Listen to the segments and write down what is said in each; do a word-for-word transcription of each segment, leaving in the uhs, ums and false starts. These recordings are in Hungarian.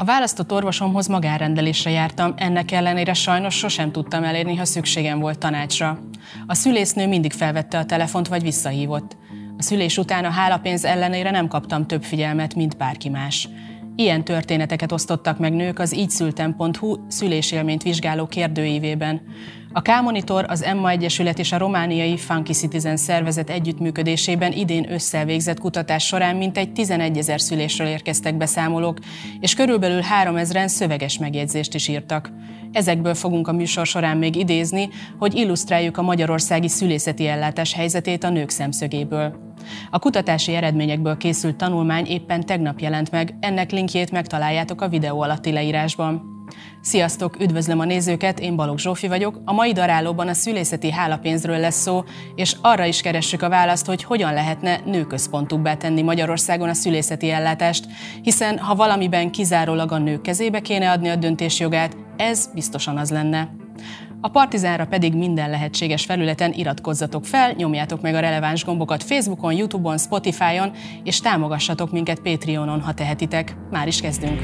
A választott orvosomhoz magánrendelésre jártam, ennek ellenére sajnos sosem tudtam elérni, ha szükségem volt tanácsra. A szülésznő mindig felvette a telefont vagy visszahívott. A szülés után a hálapénz ellenére nem kaptam több figyelmet, mint bárki más. Ilyen történeteket osztottak meg nők az ígyszültem pont hu szülésélményt vizsgáló kérdőívében. A K-Monitor, az Emma Egyesület és a romániai Funky Citizen szervezet együttműködésében idén ősszel végzett kutatás során mintegy tizenegyezer szülésről érkeztek beszámolók, és körülbelül háromezren szöveges megjegyzést is írtak. Ezekből fogunk a műsor során még idézni, hogy illusztráljuk a magyarországi szülészeti ellátás helyzetét a nők szemszögéből. A kutatási eredményekből készült tanulmány éppen tegnap jelent meg, ennek linkjét megtaláljátok a videó alatti leírásban. Sziasztok, üdvözlöm a nézőket, én Balogh Zsófi vagyok. A mai darálóban a szülészeti hálapénzről lesz szó, és arra is keressük a választ, hogy hogyan lehetne nőközpontúbbá tenni Magyarországon a szülészeti ellátást, hiszen ha valamiben kizárólag a nők kezébe kéne adni a döntésjogát, ez biztosan az lenne. A Partizánra pedig minden lehetséges felületen iratkozzatok fel, nyomjátok meg a releváns gombokat Facebookon, YouTube-on, Spotify-on, és támogassatok minket Patreonon, ha tehetitek. Már is kezdünk!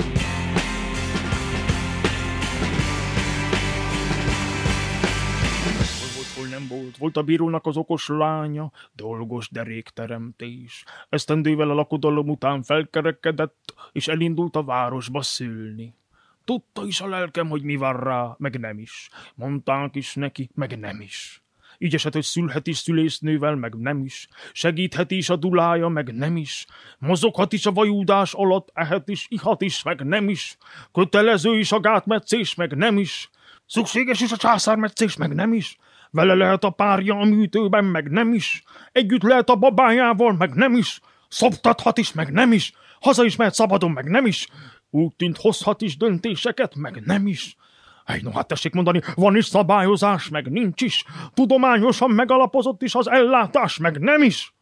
Nem volt, volt a bírónak az okos lánya, dolgos derékteremtés. Esztendővel a lakodalom után felkerekedett, és elindult a városba szülni. Tudta is a lelkem, hogy mi van rá, meg nem is. Mondták is neki, meg nem is. Így esett, hogy szülhet is szülésznővel, meg nem is. Segítheti is a dulája, meg nem is. Mozoghat is a vajúdás alatt, ehet is, ihat is, meg nem is. Kötelező is a gátmetszés, meg nem is. Szükséges is a császármetszés, meg nem is. Vele lehet a párja a műtőben, meg nem is. Együtt lehet a babájával, meg nem is. Szoptathat is, meg nem is. Haza is mehet szabadon, meg nem is. Úgy tűnt hozhat is döntéseket, meg nem is. Ej, no hát tessék mondani, van is szabályozás, meg nincs is. Tudományosan megalapozott is az ellátás, meg nem is.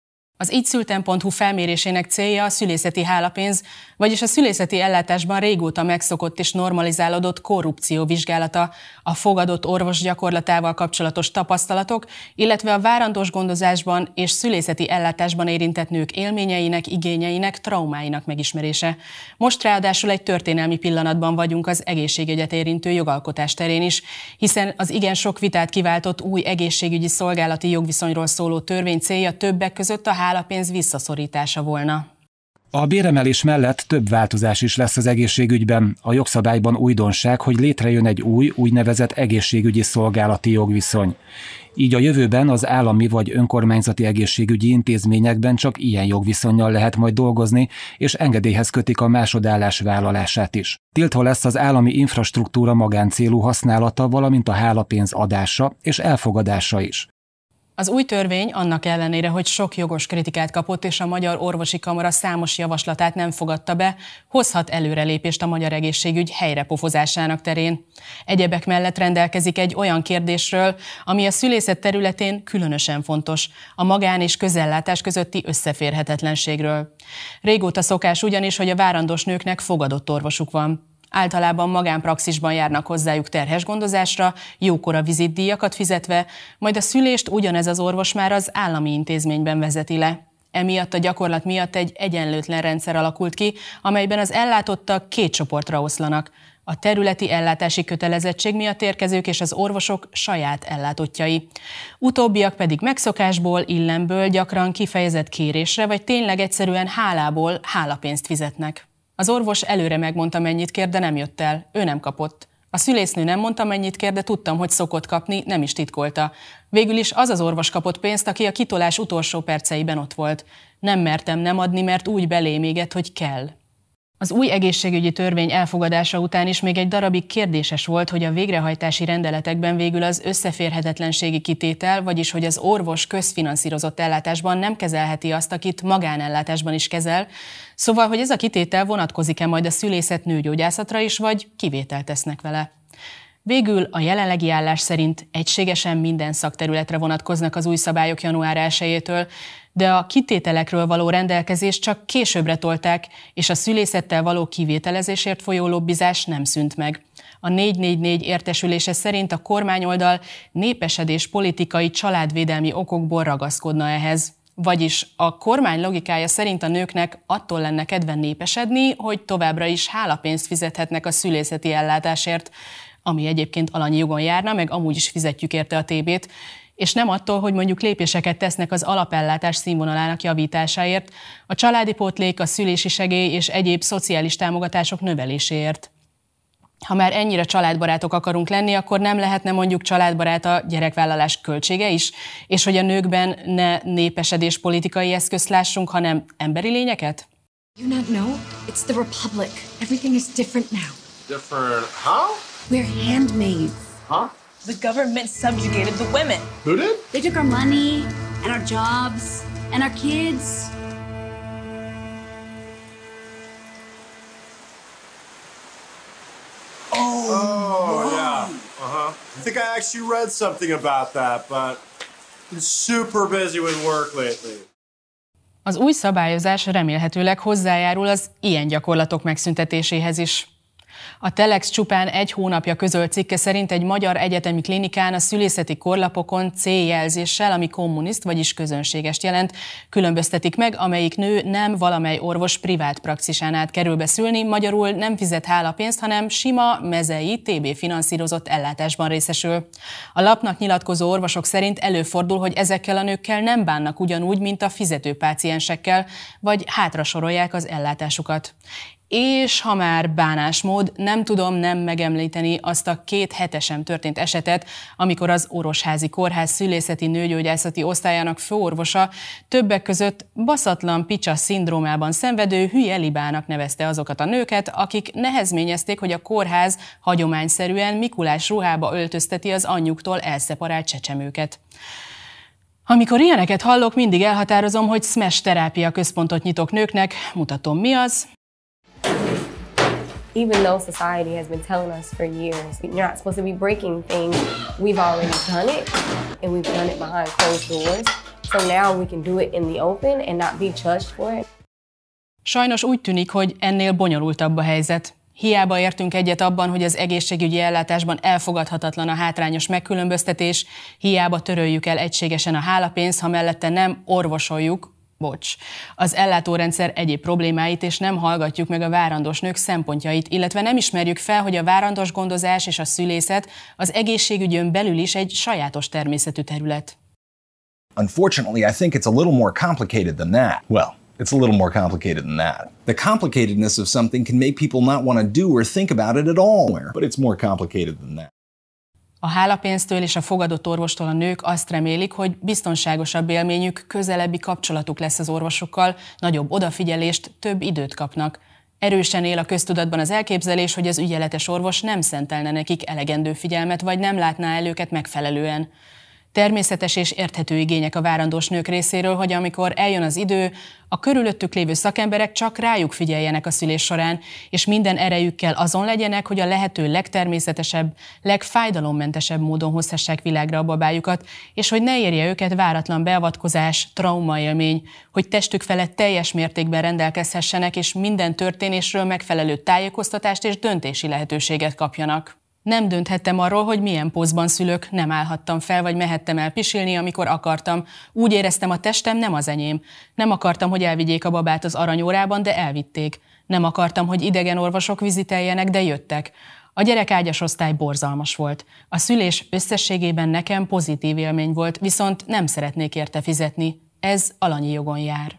Az ígyszültem pont hu felmérésének célja a szülészeti hálapénz, vagyis a szülészeti ellátásban régóta megszokott és normalizálódott korrupció vizsgálata, a fogadott orvos gyakorlatával kapcsolatos tapasztalatok, illetve a várandós gondozásban és szülészeti ellátásban érintett nők élményeinek, igényeinek, traumáinak megismerése. Most ráadásul egy történelmi pillanatban vagyunk az egészségügyet érintő jogalkotás terén is, hiszen az igen sok vitát kiváltott új egészségügyi szolgálati jogviszonyról szóló törvény célja többek között a hálapénz visszaszorítása volna. A béremelés mellett több változás is lesz az egészségügyben. A jogszabályban újdonság, hogy létrejön egy új, úgynevezett egészségügyi szolgálati jogviszony. Így a jövőben az állami vagy önkormányzati egészségügyi intézményekben csak ilyen jogviszonnyal lehet majd dolgozni, és engedélyhez kötik a másodállás vállalását is. Tiltva lesz az állami infrastruktúra magáncélú használata, valamint a hálapénz adása és elfogadása is. Az új törvény annak ellenére, hogy sok jogos kritikát kapott és a Magyar Orvosi Kamara számos javaslatát nem fogadta be, hozhat előrelépést a magyar egészségügy helyrepofozásának terén. Egyebek mellett rendelkezik egy olyan kérdésről, ami a szülészet területén különösen fontos, a magán- és közellátás közötti összeférhetetlenségről. Régóta szokás ugyanis, hogy a várandós nőknek fogadott orvosuk van. Általában magánpraxisban járnak hozzájuk terhes gondozásra, jókora vizitdíjakat fizetve, majd a szülést ugyanez az orvos már az állami intézményben vezeti le. Emiatt a gyakorlat miatt egy egyenlőtlen rendszer alakult ki, amelyben az ellátottak két csoportra oszlanak. A területi ellátási kötelezettség miatt érkezők és az orvosok saját ellátottjai. Utóbbiak pedig megszokásból, illemből, gyakran kifejezett kérésre, vagy tényleg egyszerűen hálából hálapénzt fizetnek. Az orvos előre megmondta, mennyit kér, de nem jött el. Ő nem kapott. A szülésznő nem mondta, mennyit kér, de tudtam, hogy szokott kapni, nem is titkolta. Végül is az az orvos kapott pénzt, aki a kitolás utolsó perceiben ott volt. Nem mertem nem adni, mert úgy belém égett, hogy kell. Az új egészségügyi törvény elfogadása után is még egy darabig kérdéses volt, hogy a végrehajtási rendeletekben végül az összeférhetetlenségi kitétel, vagyis hogy az orvos közfinanszírozott ellátásban nem kezelheti azt, akit magánellátásban is kezel, szóval, hogy ez a kitétel vonatkozik-e majd a szülészet nőgyógyászatra is, vagy kivételt tesznek vele. Végül a jelenlegi állás szerint egységesen minden szakterületre vonatkoznak az új szabályok január elsejétől, de a kitételekről való rendelkezést csak későbbre tolták, és a szülészettel való kivételezésért folyó lobbizás nem szűnt meg. A négy négy négy értesülése szerint a kormányoldal népesedés politikai családvédelmi okokból ragaszkodna ehhez. Vagyis a kormány logikája szerint a nőknek attól lenne kedve népesedni, hogy továbbra is hálapénzt fizethetnek a szülészeti ellátásért, ami egyébként alanyi jogon járna, meg amúgy is fizetjük érte a té bét, és nem attól, hogy mondjuk lépéseket tesznek az alapellátás színvonalának javításáért, a családi pótlék, a szülési segély és egyéb szociális támogatások növeléséért. Ha már ennyire családbarátok akarunk lenni, akkor nem lehetne mondjuk családbarát a gyerekvállalás költsége is, és hogy a nőkben ne népesedés politikai eszközt lássunk, hanem emberi lényeket? You not know? It's the Republic. Everything is different now. Different how? We're handmaids. Huh? The government subjugated the women. Who did? They took our money and our jobs and our kids. Oh, oh yeah. Uh-huh. I think I actually read something about that, but I've been super busy with work lately. Az új szabályozás remélhetőleg hozzájárul az ilyen gyakorlatok megszüntetéséhez is. A Telex csupán egy hónapja közölt cikke szerint egy magyar egyetemi klinikán a szülészeti korlapokon C-jelzéssel, ami kommuniszt, vagyis közönségest jelent, különböztetik meg, amelyik nő nem valamely orvos privát praxisán át kerül be szülni, magyarul nem fizet hálapénzt, hanem sima, mezei, té bé finanszírozott ellátásban részesül. A lapnak nyilatkozó orvosok szerint előfordul, hogy ezekkel a nőkkel nem bánnak ugyanúgy, mint a fizető páciensekkel, vagy hátrasorolják az ellátásukat. És ha már bánásmód, nem tudom nem megemlíteni azt a két hetesen történt esetet, amikor az Orosházi Kórház szülészeti nőgyógyászati osztályának főorvosa többek között baszatlan picsa szindrómában szenvedő hülye libának nevezte azokat a nőket, akik nehezményezték, hogy a kórház hagyományszerűen Mikulás ruhába öltözteti az anyjuktól elszeparált csecsemőket. Amikor ilyeneket hallok, mindig elhatározom, hogy smash terápia központot nyitok nőknek, mutatom mi az. Even though society has been telling us for years, you're not supposed to be breaking things, we've already done it, and we've done it behind closed doors. So now we can do it in the open and not be judged for it. Sajnos úgy tűnik, hogy ennél bonyolultabb a helyzet. Hiába értünk egyet abban, hogy az egészségügyi ellátásban elfogadhatatlan a hátrányos megkülönböztetés, hiába töröljük el egységesen a hálapénzt, ha mellette nem orvosoljuk, bocs, az ellátórendszer egyéb problémáit, és nem hallgatjuk meg a várandós nők szempontjait, illetve nem ismerjük fel, hogy a várandós gondozás és a szülészet az egészségügyön belül is egy sajátos természetű terület. Unfortunately, I think it's a little more complicated than that. Well, it's a little more complicated than that. The complicatedness of something can make people not want to do or think about it at all, but it's more complicated than that. A hálapénztől és a fogadott orvostól a nők azt remélik, hogy biztonságosabb élményük, közelebbi kapcsolatuk lesz az orvosokkal, nagyobb odafigyelést, több időt kapnak. Erősen él a köztudatban az elképzelés, hogy az ügyeletes orvos nem szentelne nekik elegendő figyelmet, vagy nem látná el őket megfelelően. Természetes és érthető igények a várandós nők részéről, hogy amikor eljön az idő, a körülöttük lévő szakemberek csak rájuk figyeljenek a szülés során, és minden erejükkel azon legyenek, hogy a lehető legtermészetesebb, legfájdalommentesebb módon hozhassák világra a babájukat, és hogy ne érje őket váratlan beavatkozás, traumaélmény, hogy testük felett teljes mértékben rendelkezhessenek, és minden történésről megfelelő tájékoztatást és döntési lehetőséget kapjanak. Nem dönthettem arról, hogy milyen pózban szülök, nem állhattam fel, vagy mehettem el pisilni, amikor akartam. Úgy éreztem, a testem nem az enyém. Nem akartam, hogy elvigyék a babát az aranyórában, de elvitték. Nem akartam, hogy idegen orvosok viziteljenek, de jöttek. A gyerekágyas osztály borzalmas volt. A szülés összességében nekem pozitív élmény volt, viszont nem szeretnék érte fizetni. Ez alanyi jogon jár.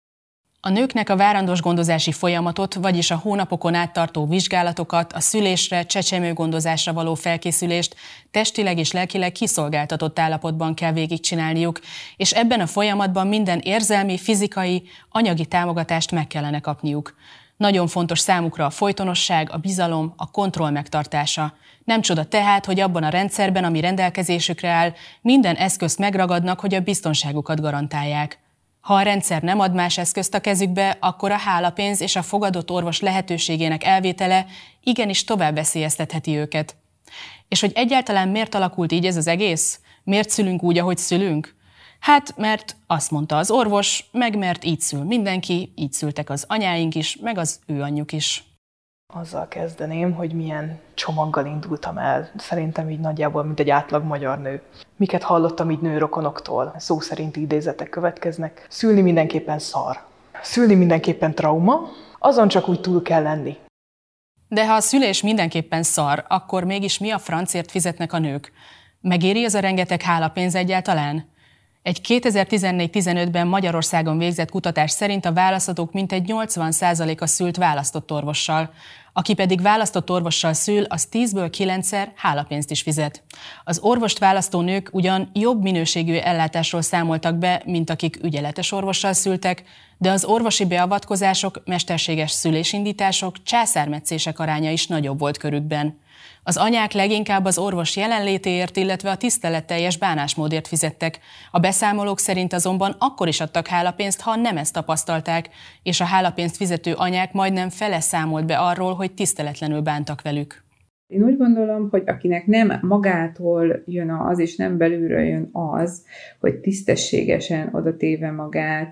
A nőknek a várandós gondozási folyamatot, vagyis a hónapokon át tartó vizsgálatokat, a szülésre, csecsemőgondozásra való felkészülést testileg és lelkileg kiszolgáltatott állapotban kell végigcsinálniuk, és ebben a folyamatban minden érzelmi, fizikai, anyagi támogatást meg kellene kapniuk. Nagyon fontos számukra a folytonosság, a bizalom, a kontroll megtartása. Nem csoda tehát, hogy abban a rendszerben, ami rendelkezésükre áll, minden eszközt megragadnak, hogy a biztonságukat garantálják. Ha a rendszer nem ad más eszközt a kezükbe, akkor a hálapénz és a fogadott orvos lehetőségének elvétele igenis tovább veszélyeztetheti őket. És hogy egyáltalán miért alakult így ez az egész? Miért szülünk úgy, ahogy szülünk? Hát, mert azt mondta az orvos, meg mert így szül mindenki, így szültek az anyáink is, meg az ő anyjuk is. Azzal kezdeném, hogy milyen csomaggal indultam el. Szerintem így nagyjából, mint egy átlag magyar nő. Miket hallottam így nőrokonoktól. Szó szerinti idézetek következnek. Szülni mindenképpen szar. Szülni mindenképpen trauma. Azon csak úgy túl kell lenni. De ha a szülés mindenképpen szar, akkor mégis mi a francért fizetnek a nők? Megéri az a rengeteg hálapénz egyáltalán? Egy kétezer-tizennégy-tizenötben Magyarországon végzett kutatás szerint a választatók mintegy nyolcvan százaléka szült választott orvossal. Aki pedig választott orvossal szül, az tízből kilencszer hálapénzt is fizet. Az orvost választó nők ugyan jobb minőségű ellátásról számoltak be, mint akik ügyeletes orvossal szültek, de az orvosi beavatkozások, mesterséges szülésindítások, császármetszések aránya is nagyobb volt körükben. Az anyák leginkább az orvos jelenlétéért, illetve a tiszteletteljes bánásmódért fizettek. A beszámolók szerint azonban akkor is adtak hálapénzt, ha nem ezt tapasztalták, és a hálapénzt fizető anyák majdnem fele számolt be arról, hogy tiszteletlenül bántak velük. Én úgy gondolom, hogy akinek nem magától jön az, és nem belülről jön az, hogy tisztességesen odatéve magát,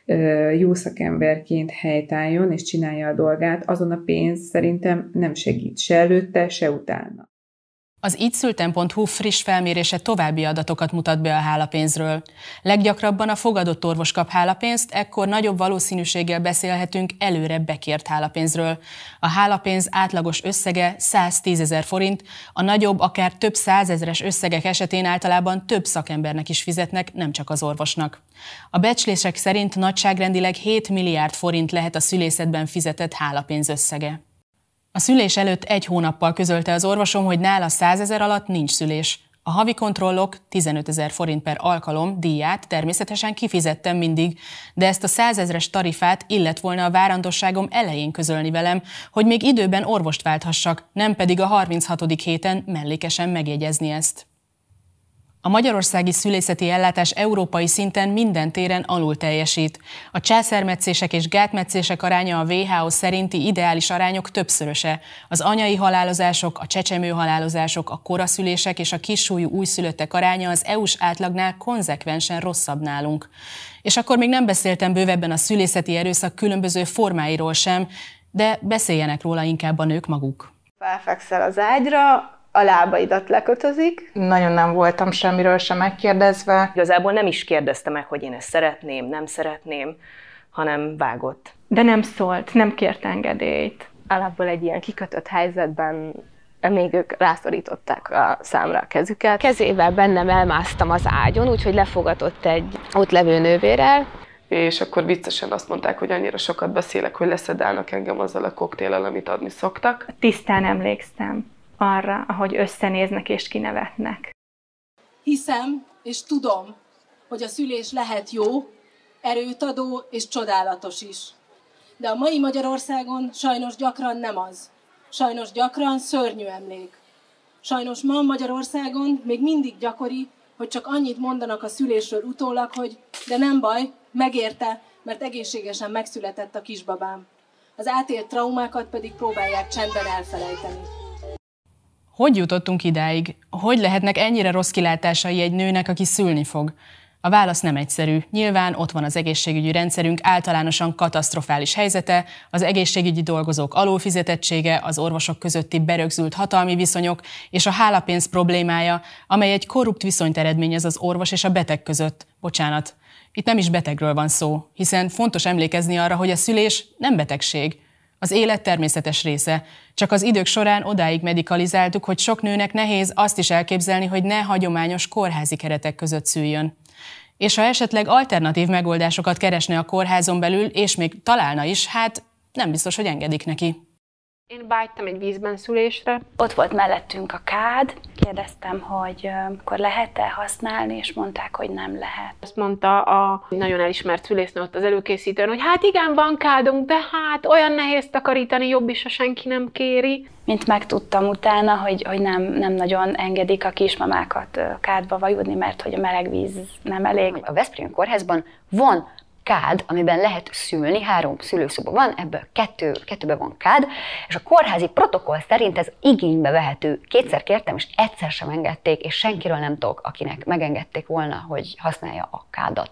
jó szakemberként helytálljon és csinálja a dolgát, azon a pénz szerintem nem segít se előtte, se utána. Az Ígyszültem pont hu friss felmérése további adatokat mutat be a hálapénzről. Leggyakrabban a fogadott orvos kap hálapénzt, ekkor nagyobb valószínűséggel beszélhetünk előre bekért hálapénzről. A hálapénz átlagos összege száztízezer forint, a nagyobb, akár több százezres összegek esetén általában több szakembernek is fizetnek, nem csak az orvosnak. A becslések szerint nagyságrendileg hét milliárd forint lehet a szülészetben fizetett hálapénz összege. A szülés előtt egy hónappal közölte az orvosom, hogy nála százezer alatt nincs szülés. A havi kontrollok tizenötezer forint per alkalom díját természetesen kifizettem mindig, de ezt a százezres tarifát illett volna a várandosságom elején közölni velem, hogy még időben orvost válthassak, nem pedig a harminchatodik héten mellékesen megjegyezni ezt. A magyarországi szülészeti ellátás európai szinten minden téren alul teljesít. A császármetszések és gátmetszések aránya a dupla vé há ó szerinti ideális arányok többszöröse. Az anyai halálozások, a csecsemőhalálozások, a koraszülések és a kissúlyú újszülöttek aránya az é u-s átlagnál konzekvensen rosszabb nálunk. És akkor még nem beszéltem bővebben a szülészeti erőszak különböző formáiról sem, de beszéljenek róla inkább a nők maguk. Felfekszel az ágyra, a lábaidat lekötözik. Nagyon nem voltam semmiről sem megkérdezve. Igazából nem is kérdezte meg, hogy én ezt szeretném, nem szeretném, hanem vágott. De nem szólt, nem kért engedélyt. Alapból egy ilyen kikötött helyzetben még ők rászorították a számra a kezüket. Kezével bennem elmásztam az ágyon, úgyhogy lefogatott egy ott levő nővérrel. És akkor viccesen azt mondták, hogy annyira sokat beszélek, hogy leszedálnak engem azzal a koktéllel, amit adni szoktak. Tisztán emlékszem arra, ahogy összenéznek és kinevetnek. Hiszem és tudom, hogy a szülés lehet jó, erőtadó és csodálatos is. De a mai Magyarországon sajnos gyakran nem az. Sajnos gyakran szörnyű emlék. Sajnos ma Magyarországon még mindig gyakori, hogy csak annyit mondanak a szülésről utólag, hogy de nem baj, megérte, mert egészségesen megszületett a kisbabám. Az átélt traumákat pedig próbálják csendben elfelejteni. Hogy jutottunk idáig? Hogy lehetnek ennyire rossz kilátásai egy nőnek, aki szülni fog? A válasz nem egyszerű. Nyilván ott van az egészségügyi rendszerünk általánosan katasztrofális helyzete, az egészségügyi dolgozók alulfizetettsége, az orvosok közötti berögzült hatalmi viszonyok és a hálapénz problémája, amely egy korrupt viszonyt eredményez az orvos és a beteg között. Bocsánat, itt nem is betegről van szó, hiszen fontos emlékezni arra, hogy a szülés nem betegség. Az élet természetes része. Csak az idők során odáig medikalizáltuk, hogy sok nőnek nehéz azt is elképzelni, hogy ne hagyományos kórházi keretek között szüljön. És ha esetleg alternatív megoldásokat keresne a kórházon belül, és még találna is, hát nem biztos, hogy engedik neki. Én vágytam egy vízben szülésre. Ott volt mellettünk a kád. Kérdeztem, hogy akkor lehet-e használni, és mondták, hogy nem lehet. Azt mondta a nagyon elismert szülésznő ott az előkészítőn, hogy hát igen, van kádunk, de hát olyan nehéz takarítani, jobb is, ha senki nem kéri. Mint megtudtam utána, hogy, hogy nem, nem nagyon engedik a kismamákat kádba vajudni, mert hogy a meleg víz nem elég. A Veszprém kórházban van kád, amiben lehet szülni, három szülőszoba van, ebből kettő, kettőben van kád, és a kórházi protokoll szerint ez igénybe vehető. Kétszer kértem, és egyszer sem engedték, és senkiről nem tudok, akinek megengedték volna, hogy használja a kádat.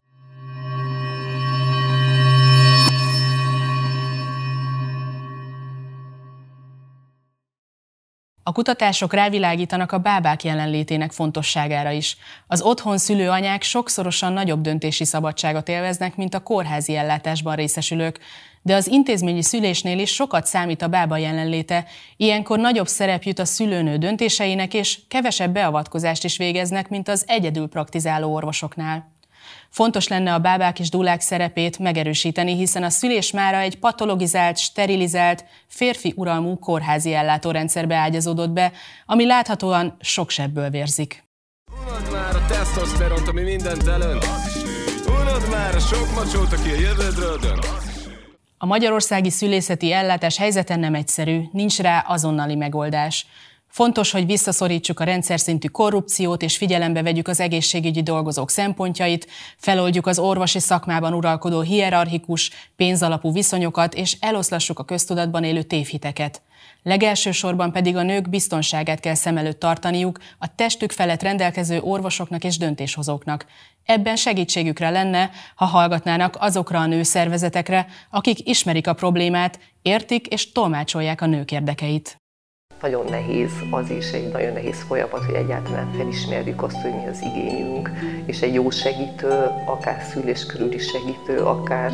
A kutatások rávilágítanak a bábák jelenlétének fontosságára is. Az otthon szülő anyák sokszorosan nagyobb döntési szabadságot élveznek, mint a kórházi ellátásban részesülők, de az intézményi szülésnél is sokat számít a bába jelenléte, ilyenkor nagyobb szerep jut a szülőnő döntéseinek, és kevesebb beavatkozást is végeznek, mint az egyedül praktizáló orvosoknál. Fontos lenne a bábák és dúlák szerepét megerősíteni, hiszen a szülés mára egy patologizált, sterilizált, férfi uralmú kórházi ellátórendszerbe ágyazódott be, ami láthatóan sok sebből vérzik. Unod már a tesztoszteront, ami mindent elönt. Unod már a sok macsót, aki a jövődről dönt. A magyarországi szülészeti ellátás helyzete nem egyszerű, nincs rá azonnali megoldás. Fontos, hogy visszaszorítsuk a rendszerszintű korrupciót és figyelembe vegyük az egészségügyi dolgozók szempontjait, feloldjuk az orvosi szakmában uralkodó hierarchikus, pénzalapú viszonyokat és eloszlassuk a köztudatban élő tévhiteket. Legelsősorban pedig a nők biztonságát kell szem előtt tartaniuk a testük felett rendelkező orvosoknak és döntéshozóknak. Ebben segítségükre lenne, ha hallgatnának azokra a nőszervezetekre, akik ismerik a problémát, értik és tolmácsolják a nők érdekeit. Nagyon nehéz az is, egy nagyon nehéz folyamat, hogy egyáltalán felismerjük azt, hogy mi az igényünk, és egy jó segítő, akár szülés körüli segítő, akár,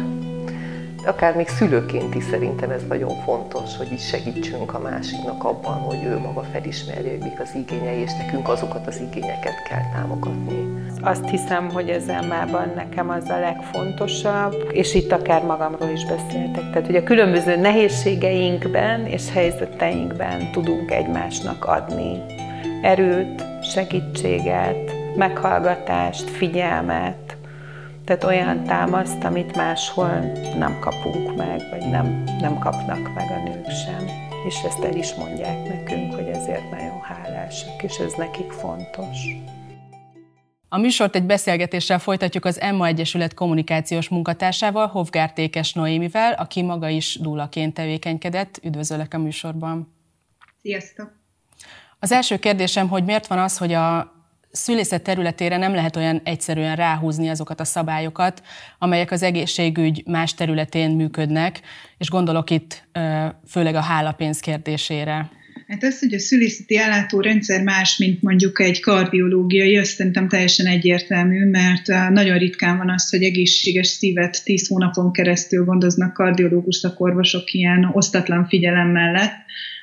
akár még szülőként is szerintem ez nagyon fontos, hogy is segítsünk a másiknak abban, hogy ő maga felismerje, hogy mik az igényei, és nekünk azokat az igényeket kell támogatni. Azt hiszem, hogy ez Emmában nekem az a legfontosabb, és itt akár magamról is beszéltek. Tehát, hogy a különböző nehézségeinkben és helyzeteinkben tudunk egymásnak adni erőt, segítséget, meghallgatást, figyelmet, tehát olyan támaszt, amit máshol nem kapunk meg, vagy nem, nem kapnak meg a nők sem. És ezt el is mondják nekünk, hogy ezért nagyon hálásak, és ez nekik fontos. A műsort egy beszélgetéssel folytatjuk az Emma Egyesület kommunikációs munkatársával, Hofgártékes Noémivel, aki maga is dúlaként tevékenykedett. Üdvözöllek a műsorban. Sziasztok! Az első kérdésem, hogy miért van az, hogy a szülészet területére nem lehet olyan egyszerűen ráhúzni azokat a szabályokat, amelyek az egészségügy más területén működnek, és gondolok itt főleg a hálapénz kérdésére. Hát az, hogy a szülészeti ellátórendszer más, mint mondjuk egy kardiológiai, azt szerintem teljesen egyértelmű, mert nagyon ritkán van az, hogy egészséges szívet tíz hónapon keresztül gondoznak kardiológus szakorvosok ilyen osztatlan figyelem mellett.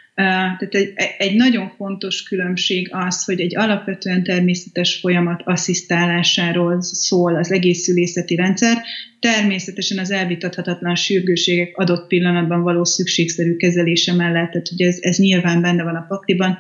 Tehát egy, egy nagyon fontos különbség az, hogy egy alapvetően természetes folyamat asszisztálásáról szól az egész szülészeti rendszer, természetesen az elvitathatatlan sürgőségek adott pillanatban való szükségszerű kezelése mellett, tehát ugye ez, ez nyilván benne van a pakliban,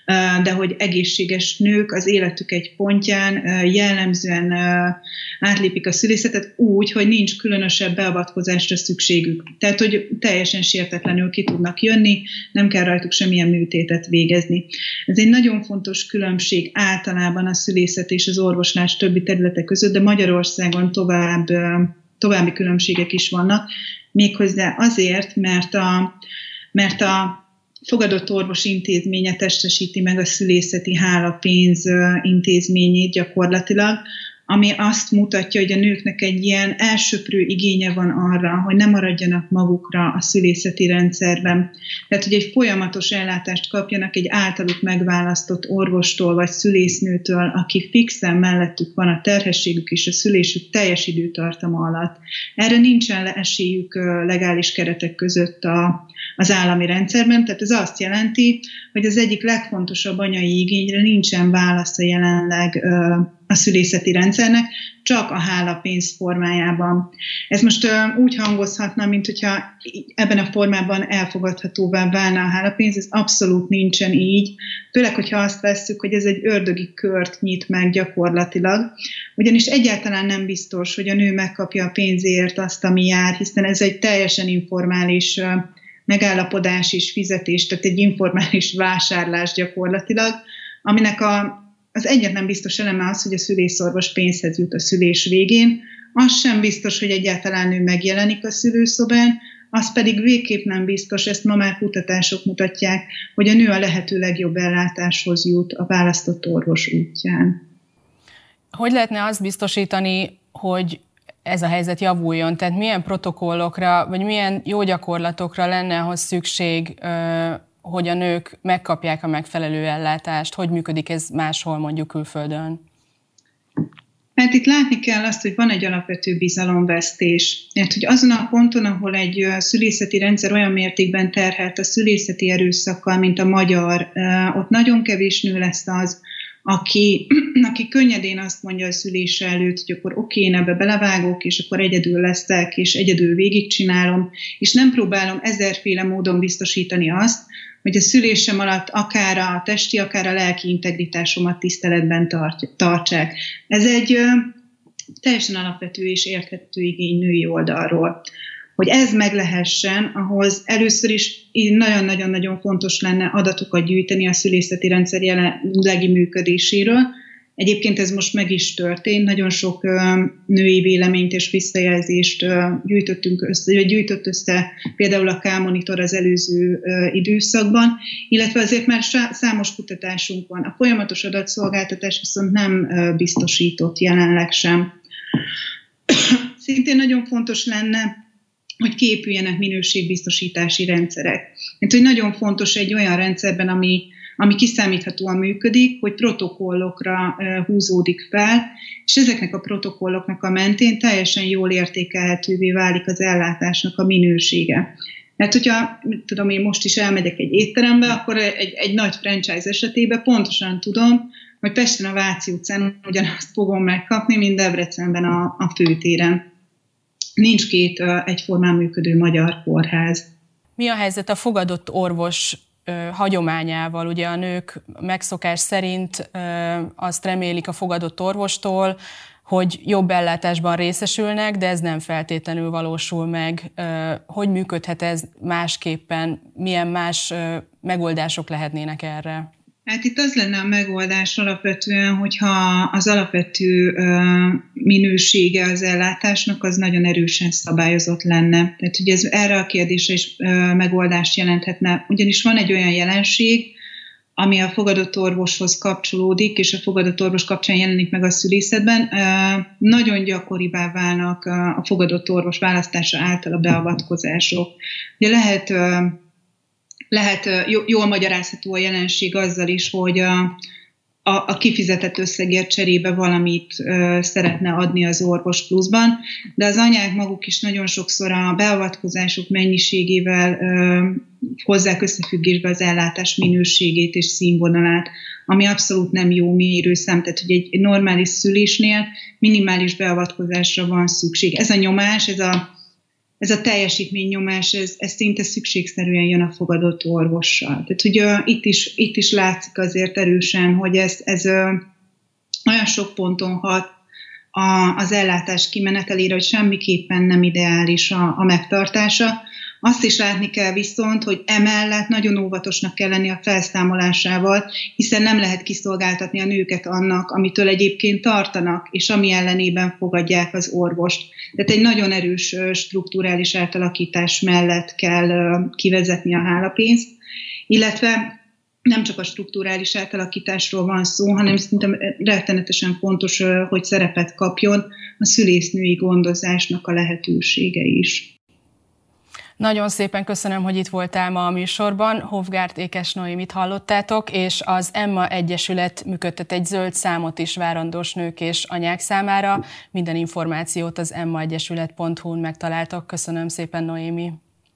de hogy egészséges nők az életük egy pontján jellemzően átlépik a szülészetet úgy, hogy nincs különösebb beavatkozásra szükségük. Tehát, hogy teljesen sértetlenül ki tudnak jönni, nem kell rajtuk semmilyen műtétet végezni. Ez egy nagyon fontos különbség általában a szülészet és az orvoslás többi területek között, de Magyarországon tovább további különbségek is vannak, méghozzá azért, mert a, mert a fogadott orvos intézménye testesíti meg a szülészeti hálapénz intézményét gyakorlatilag, ami azt mutatja, hogy a nőknek egy ilyen elsöprő igénye van arra, hogy ne maradjanak magukra a szülészeti rendszerben. Tehát, hogy egy folyamatos ellátást kapjanak egy általuk megválasztott orvostól vagy szülésznőtől, aki fixen mellettük van a terhességük és a szülésük teljes időtartama alatt. Erre nincsen esélyük legális keretek között a, az állami rendszerben, tehát ez azt jelenti, hogy az egyik legfontosabb anyai igényre nincsen válasza jelenleg a szülészeti rendszernek, csak a hálapénz formájában. Ez most uh, úgy hangozhatna, mint hogyha ebben a formában elfogadhatóvá válna a hálapénz, ez abszolút nincsen így, főleg, hogyha azt vesszük, hogy ez egy ördögi kört nyit meg gyakorlatilag, ugyanis egyáltalán nem biztos, hogy a nő megkapja a pénzért azt, ami jár, hiszen ez egy teljesen informális uh, megállapodás és fizetés, tehát egy informális vásárlás gyakorlatilag, aminek a az egyetlen biztos eleme az, hogy a szülészorvos pénzhez jut a szülés végén, az sem biztos, hogy egyáltalán ő megjelenik a szülőszobán, az pedig végképp nem biztos, ezt ma már kutatások mutatják, hogy a nő a lehető legjobb ellátáshoz jut a választott orvos útján. Hogy lehetne azt biztosítani, hogy ez a helyzet javuljon? Tehát milyen protokollokra, vagy milyen jó gyakorlatokra lenne ahhoz szükség, hogy a nők megkapják a megfelelő ellátást? Hogy működik ez máshol, mondjuk külföldön? Hát itt látni kell azt, hogy van egy alapvető bizalomvesztés. Mert hogy azon a ponton, ahol egy szülészeti rendszer olyan mértékben terhelt a szülészeti erőszakkal, mint a magyar, ott nagyon kevés nő lesz az, aki, aki könnyedén azt mondja a szülése előtt, hogy akkor oké, én ebbe belevágok, és akkor egyedül leszek, és egyedül végigcsinálom, és nem próbálom ezerféle módon biztosítani azt, hogy a szülésem alatt akár a testi, akár a lelki integritásomat tiszteletben tart, tartsák. Ez egy ö, teljesen alapvető és érthető igény női oldalról. Hogy ez meg lehessen, ahhoz először is nagyon-nagyon-nagyon fontos lenne adatokat gyűjteni a szülészeti rendszer jelenlegi működéséről. Egyébként ez most meg is történt, nagyon sok ö, női véleményt és visszajelzést ö, gyűjtöttünk össze, gyűjtött össze például a K-monitor az előző ö, időszakban, illetve azért már számos kutatásunk van. A folyamatos adatszolgáltatás viszont nem ö, biztosított jelenleg sem. Szintén nagyon fontos lenne, hogy kiépüljenek minőségbiztosítási rendszerek. Mert hogy nagyon fontos egy olyan rendszerben, ami, ami kiszámíthatóan működik, hogy protokollokra uh, húzódik fel, és ezeknek a protokolloknak a mentén teljesen jól értékelhetővé válik az ellátásnak a minősége. Mert hogyha, tudom, én most is elmegyek egy étterembe, akkor egy, egy nagy franchise esetében pontosan tudom, hogy Pesten a Váci utcán ugyanazt fogom megkapni, mint Debrecenben a, a főtéren. Nincs két uh, egyformán működő magyar kórház. Mi a helyzet a fogadott orvos uh, hagyományával? Ugye a nők megszokás szerint uh, azt remélik a fogadott orvostól, hogy jobb ellátásban részesülnek, de ez nem feltétlenül valósul meg. Uh, hogy működhet ez másképpen? Milyen más uh, megoldások lehetnének erre? Hát itt az lenne a megoldás alapvetően, hogyha az alapvető uh, minősége az ellátásnak az nagyon erősen szabályozott lenne. Tehát, hogy ez erre a kérdésre is uh, megoldást jelenthetne. Ugyanis van egy olyan jelenség, ami a fogadott orvoshoz kapcsolódik, és a fogadott orvos kapcsán jelenik meg a szülészetben. Uh, nagyon gyakorivá válnak uh, a fogadott orvos választása által a beavatkozások. Ugye lehet... Uh, Lehet jól magyarázható a jelenség azzal is, hogy a, a, a kifizetett összegért cserébe valamit ö, szeretne adni az orvos pluszban, de az anyák maguk is nagyon sokszor a beavatkozások mennyiségével ö, hozzák összefüggésbe az ellátás minőségét és színvonalát, ami abszolút nem jó mérőszám, tehát hogy egy normális szülésnél minimális beavatkozásra van szükség. Ez a nyomás, ez a Ez a teljesítménynyomás, ez, ez szinte szükségszerűen jön a fogadott orvossal. Tehát, hogy uh, itt, is, itt is látszik azért erősen, hogy ez, ez uh, olyan sok ponton hat a, az ellátás kimenetelére, hogy semmiképpen nem ideális a, a megtartása. Azt is látni kell viszont, hogy emellett nagyon óvatosnak kell lenni a felszámolásával, hiszen nem lehet kiszolgáltatni a nőket annak, amitől egyébként tartanak, és ami ellenében fogadják az orvost. Tehát egy nagyon erős strukturális átalakítás mellett kell kivezetni a hálapénzt, illetve nem csak a strukturális átalakításról van szó, hanem szerintem rettenetesen fontos, hogy szerepet kapjon a szülésznői gondozásnak a lehetősége is. Nagyon szépen köszönöm, hogy itt voltál ma a műsorban. Hofgárt Ékes Noémit hallottátok, és az Emma Egyesület működtet egy zöld számot is várandós nők és anyák számára. Minden információt az emma egyesület pont hu-n megtaláltok. Köszönöm szépen, Noémi.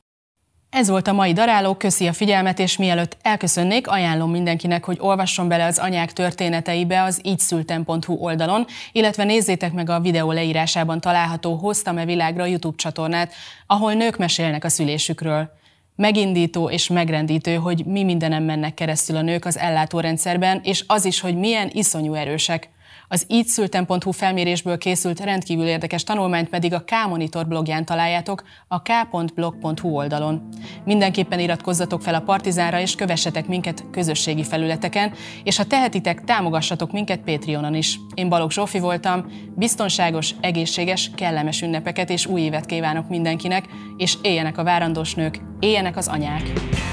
Ez volt a mai Daráló, köszi a figyelmet, és mielőtt elköszönnék, ajánlom mindenkinek, hogy olvasson bele az anyák történeteibe az ítszültem pont hu oldalon, illetve nézzétek meg a videó leírásában található Hoztam-e világra YouTube csatornát, ahol nők mesélnek a szülésükről. Megindító és megrendítő, hogy mi mindenem mennek keresztül a nők az ellátórendszerben, és az is, hogy milyen iszonyú erősek. Az ítszültem pont hu felmérésből készült rendkívül érdekes tanulmányt pedig a K-monitor blogján találjátok, a k pont blog pont hu oldalon. Mindenképpen iratkozzatok fel a Partizánra és kövessetek minket közösségi felületeken, és ha tehetitek, támogassatok minket Patreonon is. Én Balogh Zsófi voltam, biztonságos, egészséges, kellemes ünnepeket és új évet kívánok mindenkinek, és éljenek a várandós nők, éljenek az anyák!